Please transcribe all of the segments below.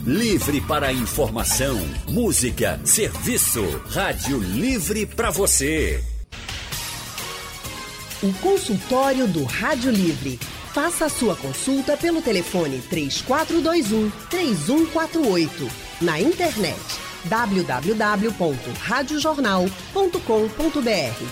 Livre para informação, música, serviço. Rádio Livre para você. O consultório do Rádio Livre. Faça a sua consulta pelo telefone 3421-3148. Na internet www.radiojornal.com.br.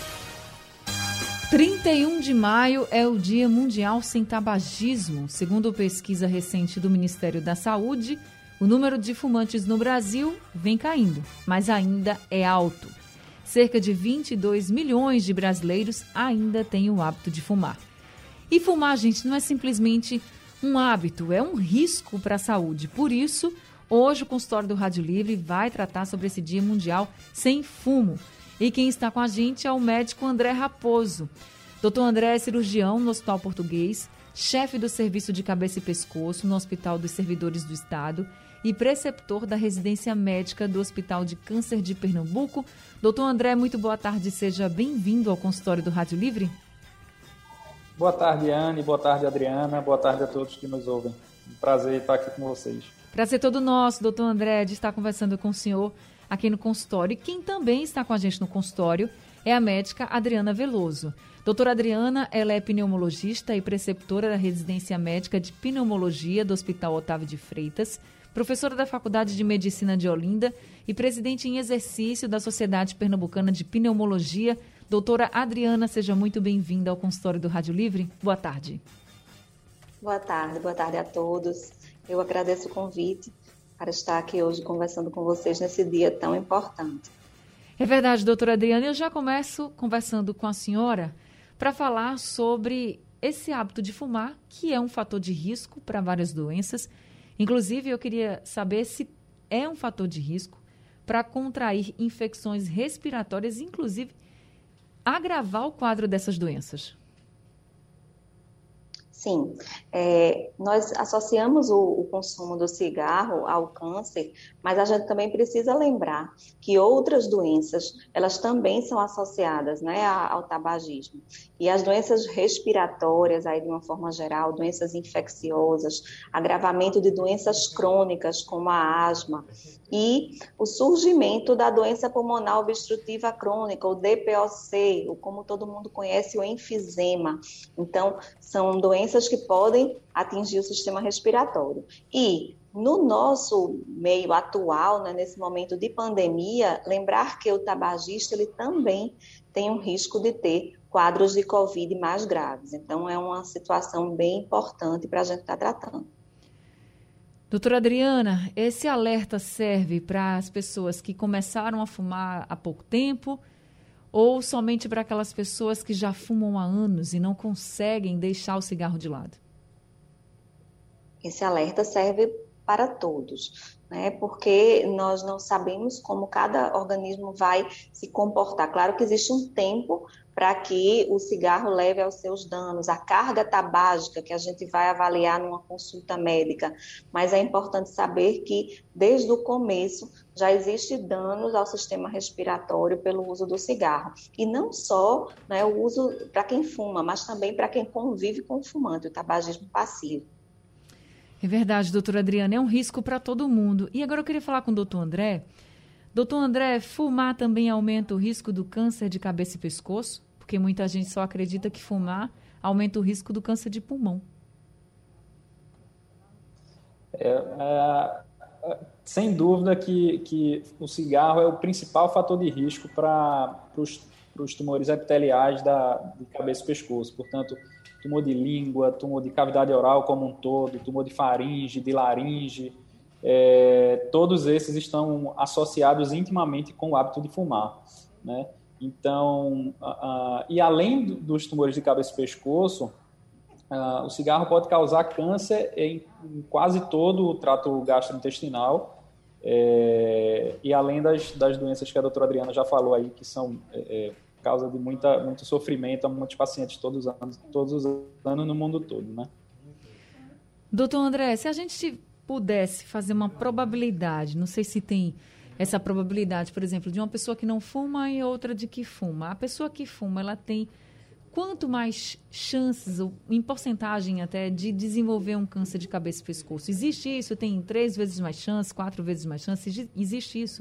31 de maio é o Dia Mundial Sem Tabagismo. Segundo pesquisa recente do Ministério da Saúde, o número de fumantes no Brasil vem caindo, mas ainda é alto. Cerca de 22 milhões de brasileiros ainda têm o hábito de fumar. E fumar, gente, não é simplesmente um hábito, é um risco para a saúde. Por isso, hoje o consultório do Rádio Livre vai tratar sobre esse Dia Mundial Sem Fumo. E quem está com a gente é o médico André Raposo. Dr. André é cirurgião no Hospital Português, chefe do Serviço de Cabeça e Pescoço no Hospital dos Servidores do Estado e preceptor da residência médica do Hospital de Câncer de Pernambuco. Dr. André, muito boa tarde, seja bem-vindo ao consultório do Rádio Livre. Boa tarde, Anne, boa tarde, Adriana, boa tarde a todos que nos ouvem. Um prazer estar aqui com vocês. Prazer todo nosso, doutor André, de estar conversando com o senhor aqui no consultório. E quem também está com a gente no consultório é a médica Adriana Veloso. Doutora Adriana, ela é pneumologista e preceptora da residência médica de pneumologia do Hospital Otávio de Freitas, professora da Faculdade de Medicina de Olinda e presidente em exercício da Sociedade Pernambucana de Pneumologia. Doutora Adriana, seja muito bem-vinda ao consultório do Rádio Livre. Boa tarde. Boa tarde a todos. Eu agradeço o convite para estar aqui hoje conversando com vocês nesse dia tão importante. É verdade, doutora Adriana. Eu já começo conversando com a senhora para falar sobre esse hábito de fumar, que é um fator de risco para várias doenças. Inclusive, eu queria saber se é um fator de risco para contrair infecções respiratórias, inclusive agravar o quadro dessas doenças. Sim, nós associamos o consumo do cigarro ao câncer, mas a gente também precisa lembrar que outras doenças, elas também são associadas, né, ao tabagismo. E as doenças respiratórias, aí de uma forma geral, doenças infecciosas, agravamento de doenças crônicas como a asma e o surgimento da doença pulmonar obstrutiva crônica, o DPOC, ou como todo mundo conhece, o enfisema. Então, são doenças que podem atingir o sistema respiratório. E no nosso meio atual, né, nesse momento de pandemia, lembrar que o tabagista ele também tem um risco de ter quadros de Covid mais graves. Então, é uma situação bem importante para a gente estar tratando. Doutora Adriana, esse alerta serve para as pessoas que começaram a fumar há pouco tempo ou somente para aquelas pessoas que já fumam há anos e não conseguem deixar o cigarro de lado? Esse alerta serve para todos, né? Porque nós não sabemos como cada organismo vai se comportar. Claro que existe um tempo para que o cigarro leve aos seus danos, a carga tabágica que a gente vai avaliar numa consulta médica, mas é importante saber que desde o começo já existe danos ao sistema respiratório pelo uso do cigarro. E não só, né, o uso para quem fuma, mas também para quem convive com o fumante, o tabagismo passivo. É verdade, doutora Adriana, é um risco para todo mundo. E agora eu queria falar com o doutor André. Doutor André, fumar também aumenta o risco do câncer de cabeça e pescoço? Porque muita gente só acredita que fumar aumenta o risco do câncer de pulmão. Sem dúvida que o cigarro é o principal fator de risco para os tumores epiteliais de cabeça e pescoço. Portanto, tumor de língua, tumor de cavidade oral como um todo, tumor de faringe, de laringe, todos esses estão associados intimamente com o hábito de fumar, né? Então, e além dos tumores de cabeça e pescoço, o cigarro pode causar câncer em quase todo o trato gastrointestinal, e além das doenças que a doutora Adriana já falou aí, que são causa de muito sofrimento a muitos pacientes todos os anos no mundo todo, né? Doutor André, se a gente pudesse fazer uma probabilidade, não sei se tem essa probabilidade, por exemplo, de uma pessoa que não fuma e outra de que fuma. A pessoa que fuma, ela tem quanto mais chances, ou em porcentagem até, de desenvolver um câncer de cabeça e pescoço? Existe isso? Tem 3 vezes mais chance, 4 vezes mais chance? Existe isso?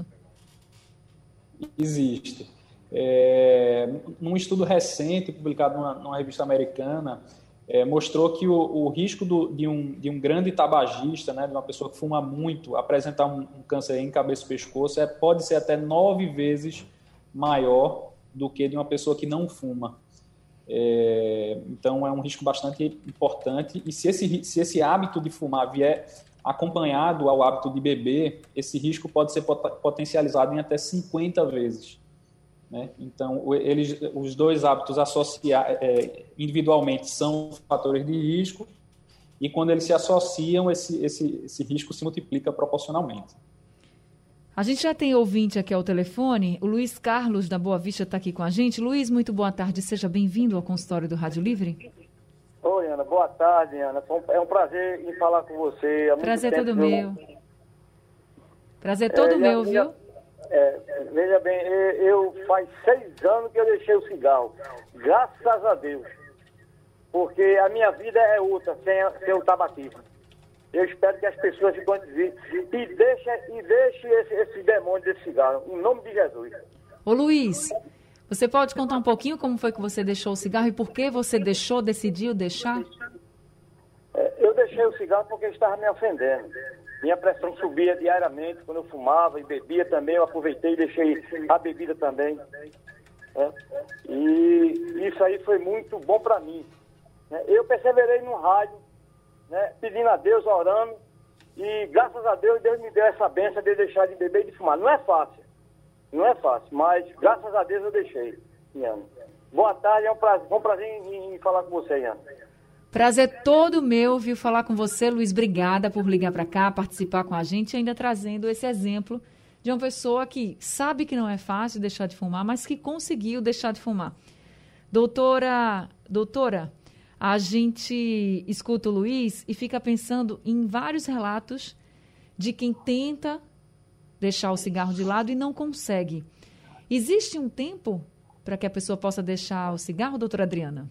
Existe. Num estudo recente, publicado numa revista americana, mostrou que o risco de um grande tabagista, né, de uma pessoa que fuma muito, apresentar um câncer em cabeça e pescoço pode ser até 9 vezes maior do que de uma pessoa que não fuma. Então, é um risco bastante importante. E se esse hábito de fumar vier acompanhado ao hábito de beber, esse risco pode ser potencializado em até 50 vezes. Né? Então, os dois hábitos individualmente são fatores de risco, e quando eles se associam, esse risco se multiplica proporcionalmente. A gente já tem ouvinte aqui ao telefone, o Luiz Carlos da Boa Vista está aqui com a gente. Luiz, muito boa tarde, seja bem-vindo ao consultório do Rádio Livre. Oi, Ana, boa tarde, Ana. É um prazer em falar com você. Prazer todo meu. Prazer todo meu, viu? Veja bem, eu faz 6 anos que eu deixei o cigarro, graças a Deus, porque a minha vida é outra, sem o tabaquismo. Eu espero que as pessoas se conduzem e deixe esse demônio desse cigarro, em nome de Jesus. Ô Luiz, você pode contar um pouquinho como foi que você deixou o cigarro e por que você decidiu deixar? Eu deixei o cigarro porque estava me ofendendo. Minha pressão subia diariamente quando eu fumava e bebia também. Eu aproveitei e deixei a bebida também. E isso aí foi muito bom para mim. Eu perseverei no rádio, pedindo a Deus, orando. E graças a Deus, Deus me deu essa bênção de deixar de beber e de fumar. Não é fácil, mas graças a Deus eu deixei, Iana. Boa tarde, é um prazer em falar com você, Iana. Prazer todo meu, viu, falar com você, Luiz. Obrigada por ligar para cá, participar com a gente, ainda trazendo esse exemplo de uma pessoa que sabe que não é fácil deixar de fumar, mas que conseguiu deixar de fumar. Doutora, a gente escuta o Luiz e fica pensando em vários relatos de quem tenta deixar o cigarro de lado e não consegue. Existe um tempo para que a pessoa possa deixar o cigarro, doutora Adriana?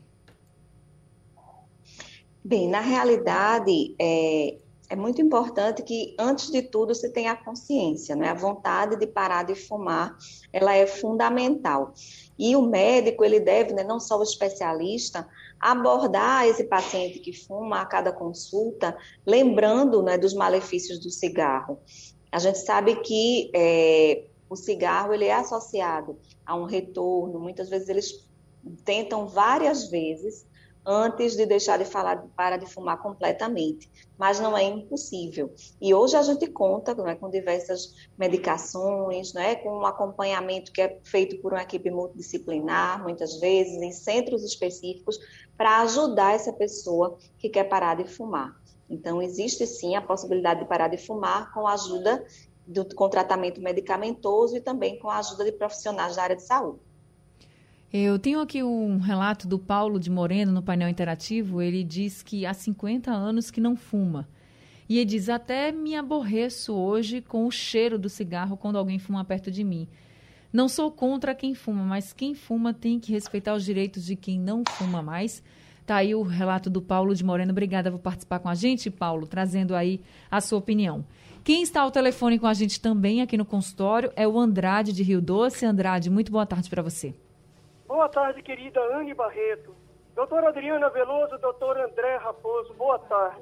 Bem, na realidade, é muito importante que, antes de tudo, você tenha a consciência, né? A vontade de parar de fumar, ela é fundamental. E o médico, ele deve, não só o especialista, abordar esse paciente que fuma a cada consulta, lembrando, dos malefícios do cigarro. A gente sabe que o cigarro, ele é associado a um retorno. Muitas vezes eles tentam várias vezes antes de deixar de parar de fumar completamente, mas não é impossível. E hoje a gente conta com diversas medicações, com um acompanhamento que é feito por uma equipe multidisciplinar, muitas vezes, em centros específicos, para ajudar essa pessoa que quer parar de fumar. Então, existe sim a possibilidade de parar de fumar com a ajuda com tratamento medicamentoso e também com a ajuda de profissionais da área de saúde. Eu tenho aqui um relato do Paulo de Moreno no painel interativo. Ele diz que há 50 anos que não fuma. E ele diz, até me aborreço hoje com o cheiro do cigarro quando alguém fuma perto de mim. Não sou contra quem fuma, mas quem fuma tem que respeitar os direitos de quem não fuma mais. Está aí o relato do Paulo de Moreno. Obrigada por participar com a gente, Paulo, trazendo aí a sua opinião. Quem está ao telefone com a gente também aqui no consultório é o Andrade de Rio Doce. Andrade, muito boa tarde para você. Boa tarde, querida Anne Barreto. Doutora Adriana Veloso, doutor André Raposo, boa tarde.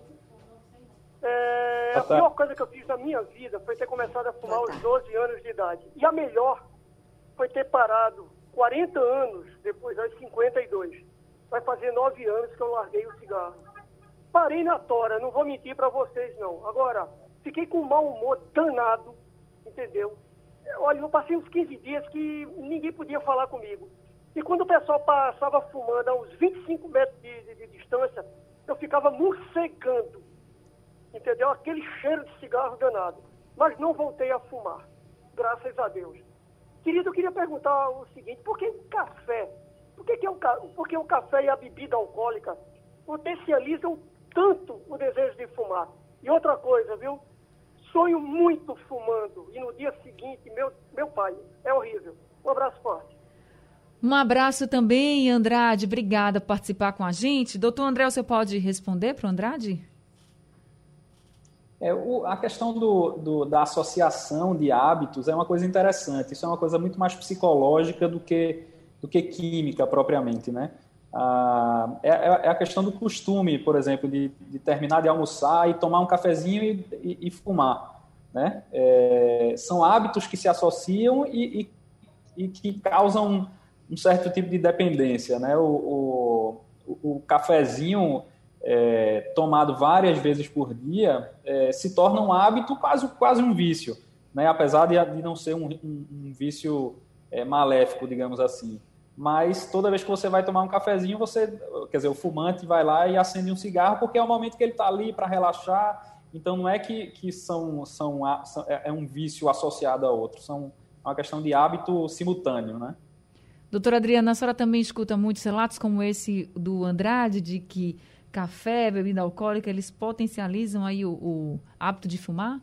A pior coisa que eu fiz na minha vida foi ter começado a fumar aos 12 anos de idade. E a melhor foi ter parado 40 anos depois, aos 52. Vai fazer 9 anos que eu larguei o cigarro. Parei na tora, não vou mentir para vocês, não. Agora, fiquei com um mau humor danado, entendeu? Olha, eu passei uns 15 dias que ninguém podia falar comigo. E quando o pessoal passava fumando a uns 25 metros de distância, eu ficava morcegando, entendeu? Aquele cheiro de cigarro danado. Mas não voltei a fumar, graças a Deus. Querido, eu queria perguntar o seguinte, por que o café? Por que o café e a bebida alcoólica potencializam tanto o desejo de fumar? E outra coisa, viu? Sonho muito fumando e no dia seguinte, meu pai, é horrível. Um abraço forte. Um abraço também, Andrade. Obrigada por participar com a gente. Doutor André, você pode responder para o Andrade? A questão da associação de hábitos é uma coisa interessante. Isso é uma coisa muito mais psicológica do que química propriamente, né? É a questão do costume, por exemplo, de terminar de almoçar e tomar um cafezinho e fumar, né? São hábitos que se associam e que causam um certo tipo de dependência, né? O cafezinho tomado várias vezes por dia se torna um hábito, quase um vício, né? Apesar de não ser um vício maléfico, digamos assim. Mas toda vez que você vai tomar um cafezinho, o fumante vai lá e acende um cigarro, porque é o momento que ele está ali para relaxar. Então não é que é um vício associado a outro, é uma questão de hábito simultâneo, né? Doutora Adriana, a senhora também escuta muitos relatos como esse do Andrade, de que café, bebida alcoólica, eles potencializam aí o hábito de fumar?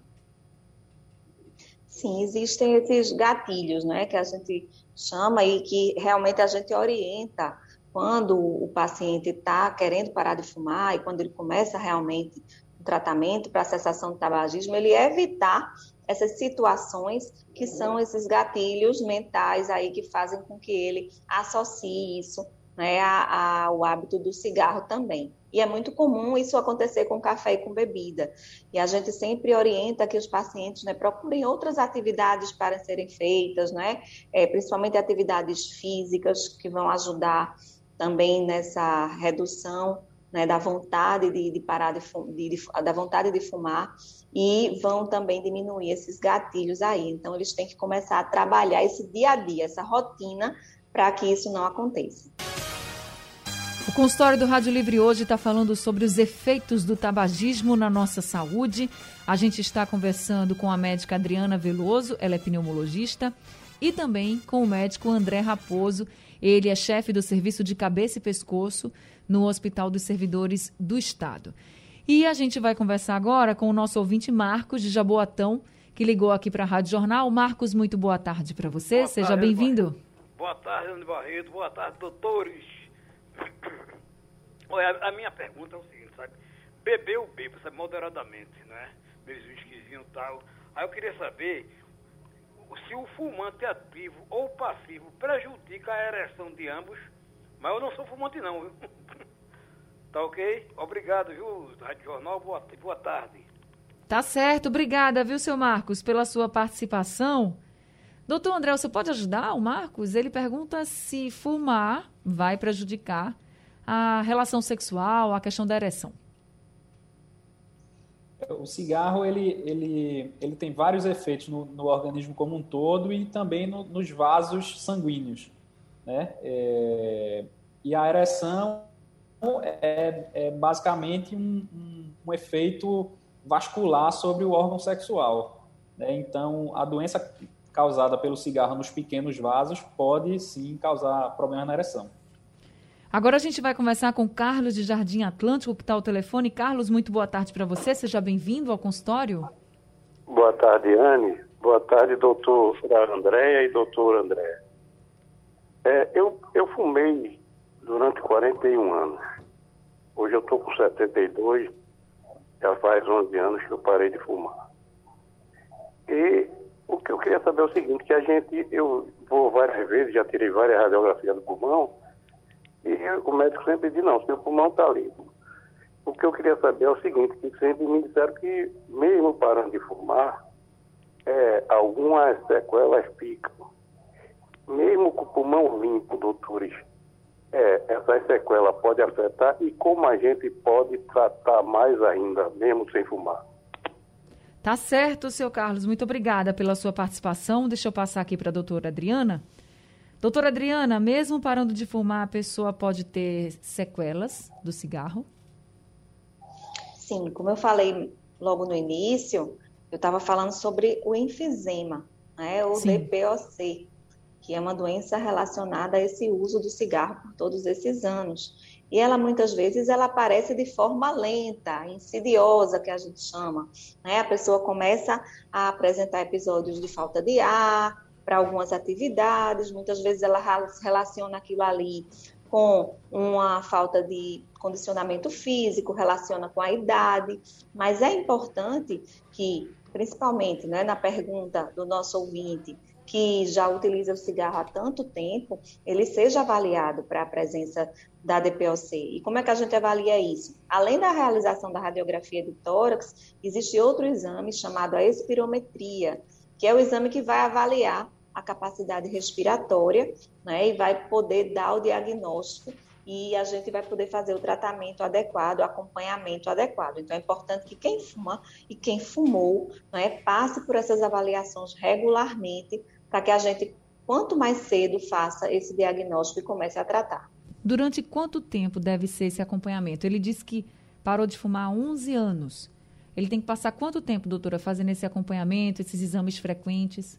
Sim, existem esses gatilhos, né, que a gente chama e que realmente a gente orienta quando o paciente está querendo parar de fumar e quando ele começa realmente o tratamento para a cessação do tabagismo, ele evitar essas situações que são esses gatilhos mentais aí que fazem com que ele associe isso, né, ao hábito do cigarro também. E é muito comum isso acontecer com café e com bebida. E a gente sempre orienta que os pacientes, né, procurem outras atividades para serem feitas, né, principalmente atividades físicas que vão ajudar também nessa redução, né, da vontade de parar da vontade de fumar, e vão também diminuir esses gatilhos aí. Então, eles têm que começar a trabalhar esse dia a dia, essa rotina, para que isso não aconteça. O consultório do Rádio Livre hoje está falando sobre os efeitos do tabagismo na nossa saúde. A gente está conversando com a médica Adriana Veloso, ela é pneumologista, e também com o médico André Raposo. Ele é chefe do serviço de cabeça e pescoço no Hospital dos Servidores do Estado. E a gente vai conversar agora com o nosso ouvinte Marcos, de Jaboatão, que ligou aqui para a Rádio Jornal. Marcos, muito boa tarde para você. Boa Seja tarde, bem-vindo. Boa tarde, Ana Barreto. Boa tarde, doutores. Olha, a minha pergunta é o seguinte, sabe? Eu bebo, sabe, moderadamente, né? Meus whiskyzinhos e tal. Aí eu queria saber se o fumante ativo ou passivo prejudica a ereção de ambos, mas eu não sou fumante não, viu? Tá ok? Obrigado, viu, Rádio Jornal, boa tarde. Tá certo, obrigada, viu, seu Marcos, pela sua participação. Doutor André, você pode ajudar o Marcos? Ele pergunta se fumar vai prejudicar a relação sexual, a questão da ereção. O cigarro, ele tem vários efeitos no organismo como um todo e também nos vasos sanguíneos, né? E a ereção é basicamente um efeito vascular sobre o órgão sexual, né? Então, a doença causada pelo cigarro nos pequenos vasos pode, sim, causar problemas na ereção. Agora a gente vai conversar com Carlos de Jardim Atlântico, que está ao telefone. Carlos, muito boa tarde para você. Seja bem-vindo ao consultório. Boa tarde, Anne. Boa tarde, doutora Andréia e doutor André. Eu fumei durante 41 anos. Hoje eu estou com 72, já faz 11 anos que eu parei de fumar. E o que eu queria saber é o seguinte, que eu vou várias vezes, já tirei várias radiografias do pulmão, e o médico sempre diz, não, seu pulmão está limpo. O que eu queria saber é o seguinte, que sempre me disseram que, mesmo parando de fumar, algumas sequelas ficam. Mesmo com o pulmão limpo, doutores, essas sequelas podem afetar e como a gente pode tratar mais ainda, mesmo sem fumar. Tá certo, seu Carlos. Muito obrigada pela sua participação. Deixa eu passar aqui para a doutora Adriana. Doutora Adriana, mesmo parando de fumar, a pessoa pode ter sequelas do cigarro? Sim, como eu falei logo no início, eu estava falando sobre o enfisema, né, o DPOC, que é uma doença relacionada a esse uso do cigarro por todos esses anos. E ela, muitas vezes, ela aparece de forma lenta, insidiosa, que a gente chama, né? A pessoa começa a apresentar episódios de falta de ar, para algumas atividades, muitas vezes ela relaciona aquilo ali com uma falta de condicionamento físico, relaciona com a idade, mas é importante que, principalmente, né, na pergunta do nosso ouvinte, que já utiliza o cigarro há tanto tempo, ele seja avaliado para a presença da DPOC. E como é que a gente avalia isso? Além da realização da radiografia do tórax, existe outro exame chamado a espirometria, que é o exame que vai avaliar a capacidade respiratória, né, e vai poder dar o diagnóstico e a gente vai poder fazer o tratamento adequado, o acompanhamento adequado. Então, é importante que quem fuma e quem fumou, né, passe por essas avaliações regularmente para que a gente, quanto mais cedo, faça esse diagnóstico e comece a tratar. Durante quanto tempo deve ser esse acompanhamento? Ele disse que parou de fumar há 11 anos. Ele tem que passar quanto tempo, doutora, fazendo esse acompanhamento, esses exames frequentes?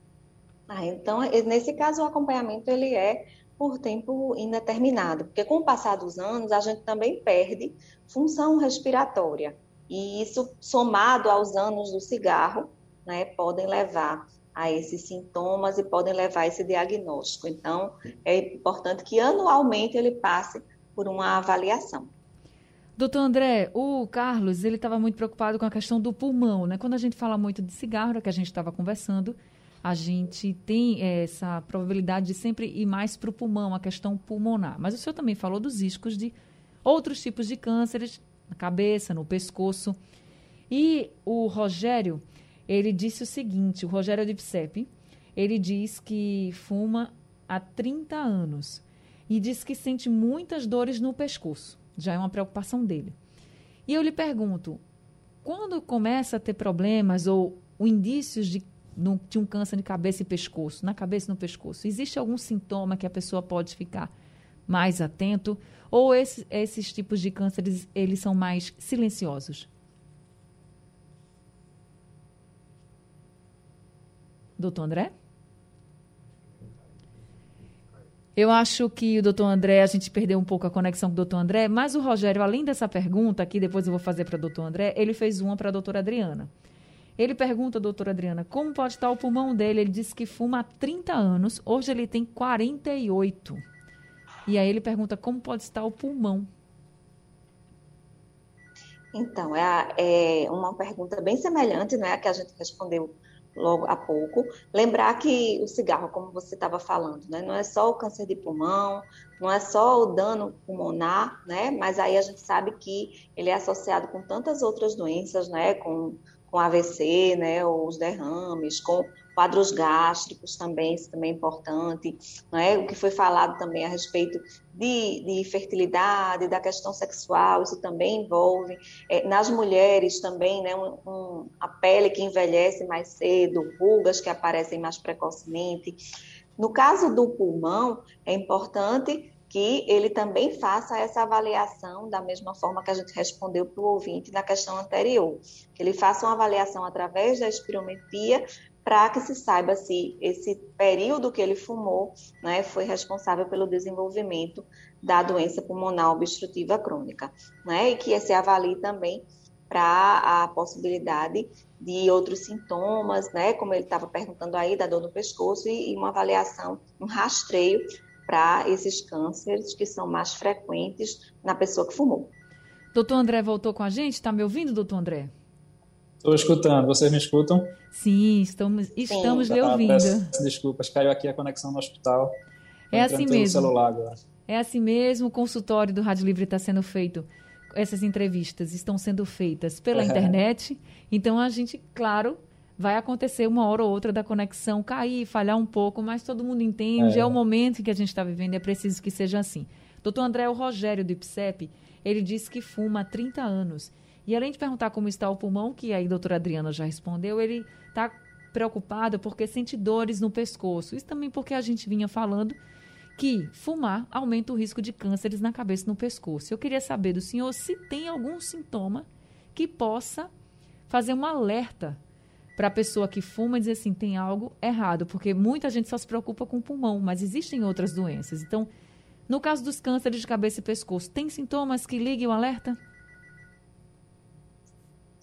Então, nesse caso, o acompanhamento ele é por tempo indeterminado, porque com o passar dos anos, a gente também perde função respiratória. E isso, somado aos anos do cigarro, né, podem levar a esses sintomas e podem levar a esse diagnóstico. Então, é importante que anualmente ele passe por uma avaliação. Doutor André, o Carlos, ele estava muito preocupado com a questão do pulmão, né? Quando a gente fala muito de cigarro, que a gente estava conversando, a gente tem essa probabilidade de sempre ir mais para o pulmão, a questão pulmonar. Mas o senhor também falou dos riscos de outros tipos de cânceres, na cabeça, no pescoço. E o Rogério, ele disse o seguinte, o Rogério de Ipsep, ele diz que fuma há 30 anos e diz que sente muitas dores no pescoço. Já é uma preocupação dele. E eu lhe pergunto, quando começa a ter problemas ou indícios de um câncer de cabeça e pescoço, na cabeça e no pescoço, existe algum sintoma que a pessoa pode ficar mais atento? Ou esses tipos de cânceres, eles são mais silenciosos? Doutor André? Eu acho que o doutor André, a gente perdeu um pouco a conexão com o doutor André, mas o Rogério, além dessa pergunta, que depois eu vou fazer para o doutor André, ele fez uma para a doutora Adriana. Ele pergunta, doutora Adriana, como pode estar o pulmão dele? Ele disse que fuma há 30 anos, hoje ele tem 48. E aí ele pergunta como pode estar o pulmão. Então, é uma pergunta bem semelhante, né, a que a gente respondeu logo há pouco. Lembrar que o cigarro, como você estava falando, né, não é só o câncer de pulmão, não é só o dano pulmonar, né, mas aí a gente sabe que ele é associado com tantas outras doenças, né, com AVC, né, ou os derrames, com quadros gástricos também, isso também é importante, né? O que foi falado também a respeito de fertilidade, da questão sexual, isso também envolve. Nas mulheres também, né, a pele que envelhece mais cedo, rugas que aparecem mais precocemente. No caso do pulmão, é importante que ele também faça essa avaliação da mesma forma que a gente respondeu para o ouvinte na questão anterior, que ele faça uma avaliação através da espirometria para que se saiba se esse período que ele fumou, né, foi responsável pelo desenvolvimento da doença pulmonar obstrutiva crônica, né, e que se avalie também para a possibilidade de outros sintomas, né, como ele estava perguntando aí, da dor no pescoço, e uma avaliação, um rastreio para esses cânceres que são mais frequentes na pessoa que fumou. Doutor André voltou com a gente? Está me ouvindo, doutor André? Estou escutando. Vocês me escutam? Sim, estamos lhe ouvindo. Peço desculpas, caiu aqui a conexão no hospital. É assim mesmo. Celular agora. É assim mesmo. O consultório do Rádio Livre está sendo feito. Essas entrevistas estão sendo feitas pela internet. Então, a gente, claro, vai acontecer uma hora ou outra da conexão cair, falhar um pouco, mas todo mundo entende. É o momento em que a gente está vivendo e é preciso que seja assim. Doutor André, o Rogério do Ipsep, ele disse que fuma há 30 anos. E além de perguntar como está o pulmão, que aí a doutora Adriana já respondeu, ele está preocupado porque sente dores no pescoço. Isso também porque a gente vinha falando que fumar aumenta o risco de cânceres na cabeça e no pescoço. Eu queria saber do senhor se tem algum sintoma que possa fazer um alerta para a pessoa que fuma e dizer assim, tem algo errado, porque muita gente só se preocupa com o pulmão, mas existem outras doenças. Então, no caso dos cânceres de cabeça e pescoço, tem sintomas que liguem o alerta?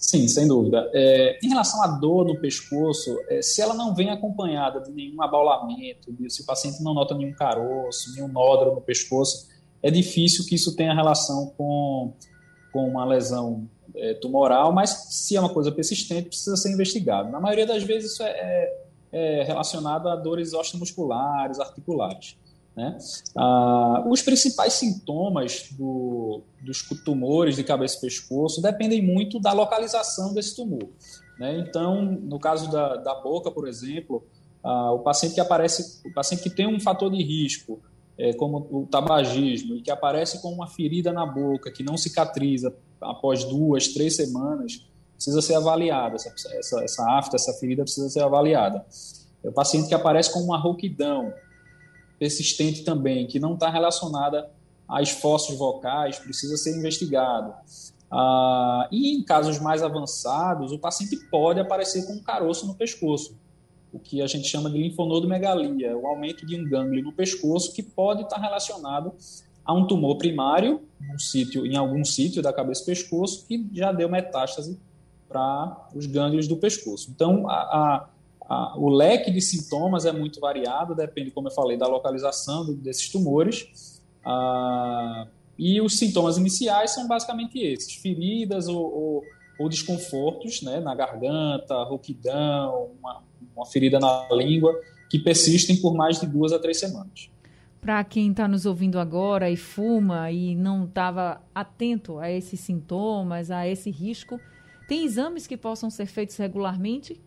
Sim, sem dúvida. Em relação à dor no pescoço, se ela não vem acompanhada de nenhum abaulamento, se o paciente não nota nenhum caroço, nenhum nódulo no pescoço, é difícil que isso tenha relação com uma lesão tumoral, mas se é uma coisa persistente, precisa ser investigado. Na maioria das vezes isso é relacionado a dores osteomusculares, articulares, né? Os principais sintomas dos tumores de cabeça e pescoço dependem muito da localização desse tumor, né? Então, no caso da boca, por exemplo, o paciente que tem um fator de risco, como o tabagismo, e que aparece com uma ferida na boca que não cicatriza após 2, 3 semanas, precisa ser avaliada, essa afta, essa ferida precisa ser avaliada. O paciente que aparece com uma rouquidão persistente também, que não está relacionada a esforços vocais, precisa ser investigado. E em casos mais avançados, o paciente pode aparecer com um caroço no pescoço, o que a gente chama de linfonodomegalia, o aumento de um gânglio no pescoço que pode estar relacionado a um tumor primário em algum sítio da cabeça e pescoço que já deu metástase para os gânglios do pescoço. Então, o leque de sintomas é muito variado, depende, como eu falei, da localização desses tumores. E os sintomas iniciais são basicamente esses: feridas ou desconfortos, né, na garganta, rouquidão, uma ferida na língua, que persistem por mais de 2 a 3 semanas. Para quem está nos ouvindo agora e fuma e não estava atento a esses sintomas, a esse risco, tem exames que possam ser feitos regularmente?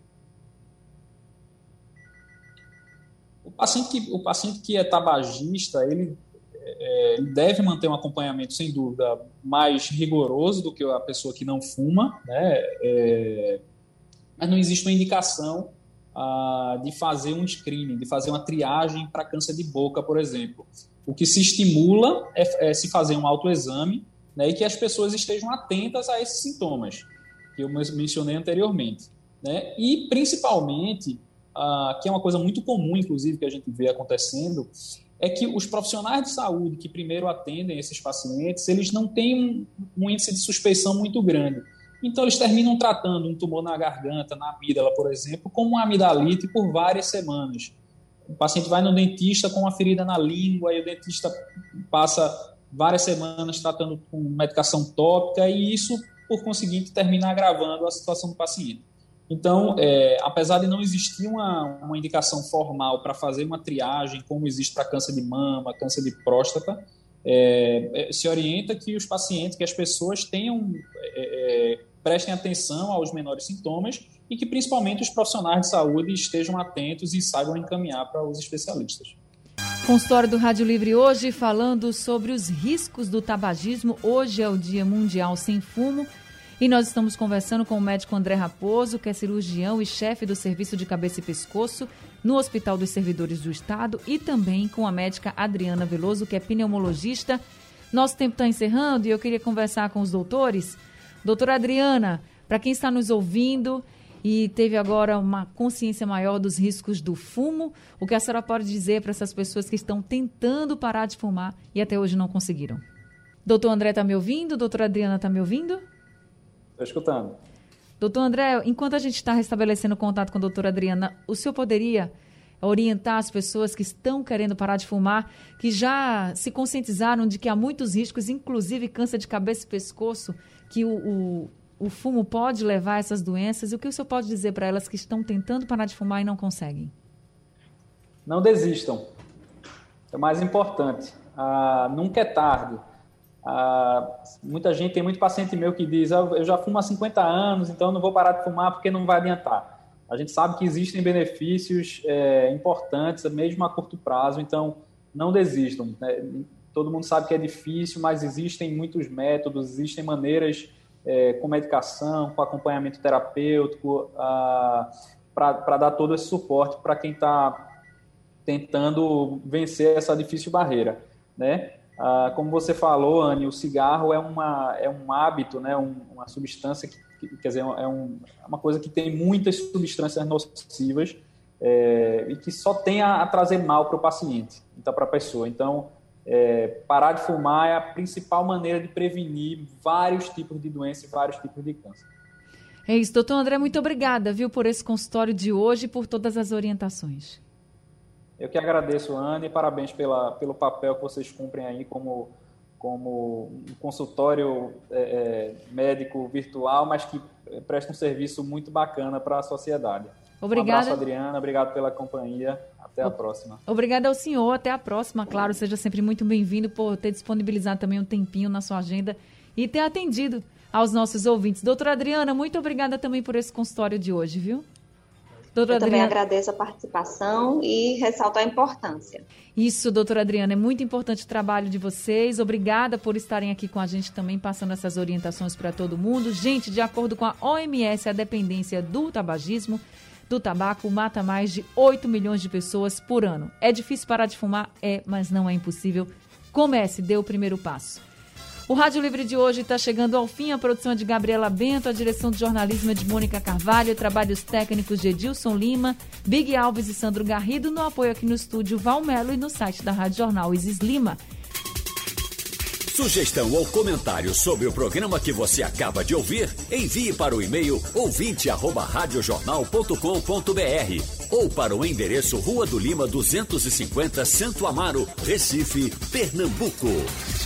O paciente que é tabagista, ele deve manter um acompanhamento, sem dúvida, mais rigoroso do que a pessoa que não fuma, né? Mas não existe uma indicação de fazer um screening, de fazer uma triagem para câncer de boca, por exemplo. O que se estimula é se fazer um autoexame, né, e que as pessoas estejam atentas a esses sintomas que eu mencionei anteriormente, né? E, principalmente, que é uma coisa muito comum, inclusive, que a gente vê acontecendo, é que os profissionais de saúde que primeiro atendem esses pacientes, eles não têm um índice de suspeição muito grande. Então, eles terminam tratando um tumor na garganta, na amígdala, por exemplo, como uma amidalite por várias semanas. O paciente vai no dentista com uma ferida na língua e o dentista passa várias semanas tratando com medicação tópica e isso, por conseguinte, termina agravando a situação do paciente. Então, apesar de não existir uma indicação formal para fazer uma triagem, como existe para câncer de mama, câncer de próstata, se orienta que os pacientes, que as pessoas prestem atenção aos menores sintomas e que, principalmente, os profissionais de saúde estejam atentos e saibam encaminhar para os especialistas. Consultório do Rádio Livre hoje falando sobre os riscos do tabagismo. Hoje é o Dia Mundial Sem Fumo e nós estamos conversando com o médico André Raposo, que é cirurgião e chefe do Serviço de Cabeça e Pescoço no Hospital dos Servidores do Estado, e também com a médica Adriana Veloso, que é pneumologista. Nosso tempo está encerrando e eu queria conversar com os doutores. Doutora Adriana, para quem está nos ouvindo e teve agora uma consciência maior dos riscos do fumo, o que a senhora pode dizer para essas pessoas que estão tentando parar de fumar e até hoje não conseguiram? Doutor André está me ouvindo? Doutora Adriana está me ouvindo? Estou escutando. Doutor André, enquanto a gente está restabelecendo contato com a doutora Adriana, o senhor poderia orientar as pessoas que estão querendo parar de fumar, que já se conscientizaram de que há muitos riscos, inclusive câncer de cabeça e pescoço, que o fumo pode levar a essas doenças? E o que o senhor pode dizer para elas que estão tentando parar de fumar e não conseguem? Não desistam. É o mais importante. Nunca é tarde. Tem muito paciente meu que diz: eu já fumo há 50 anos, então não vou parar de fumar porque não vai adiantar. A gente sabe que existem benefícios importantes, mesmo a curto prazo, então não desistam, né? Todo mundo sabe que é difícil, mas existem muitos métodos, existem maneiras com medicação, com acompanhamento terapêutico, para dar todo esse suporte para quem está tentando vencer essa difícil barreira, né? Como você falou, Anny, o cigarro é um hábito, né? Uma substância quer dizer, é uma coisa que tem muitas substâncias nocivas e que só tem a trazer mal para o paciente, então, para a pessoa. Então, parar de fumar é a principal maneira de prevenir vários tipos de doenças e vários tipos de câncer. É isso, doutor André, muito obrigada, viu, por esse consultório de hoje e por todas as orientações. Eu que agradeço, Ana, e parabéns pelo papel que vocês cumprem aí como um consultório médico virtual, mas que presta um serviço muito bacana para a sociedade. Obrigada. Um abraço, Adriana, obrigado pela companhia, até a próxima. Obrigada ao senhor, até a próxima, claro, seja sempre muito bem-vindo por ter disponibilizado também um tempinho na sua agenda e ter atendido aos nossos ouvintes. Doutora Adriana, muito obrigada também por esse consultório de hoje, viu? Doutora Adriana, também agradeço a participação e ressalto a importância. Isso, doutora Adriana, é muito importante o trabalho de vocês. Obrigada por estarem aqui com a gente também, passando essas orientações para todo mundo. Gente, de acordo com a OMS, a dependência do tabagismo, do tabaco, mata mais de 8 milhões de pessoas por ano. É difícil parar de fumar? Mas não é impossível. Comece, dê o primeiro passo. O Rádio Livre de hoje está chegando ao fim. A produção é de Gabriela Bento, a direção de jornalismo é de Mônica Carvalho, trabalhos técnicos de Edilson Lima, Big Alves e Sandro Garrido, no apoio aqui no estúdio Valmelo e no site da Rádio Jornal Isis Lima. Sugestão ou comentário sobre o programa que você acaba de ouvir, envie para o e-mail ouvinte@radiojornal.com.br ou para o endereço Rua do Lima 250, Santo Amaro, Recife, Pernambuco.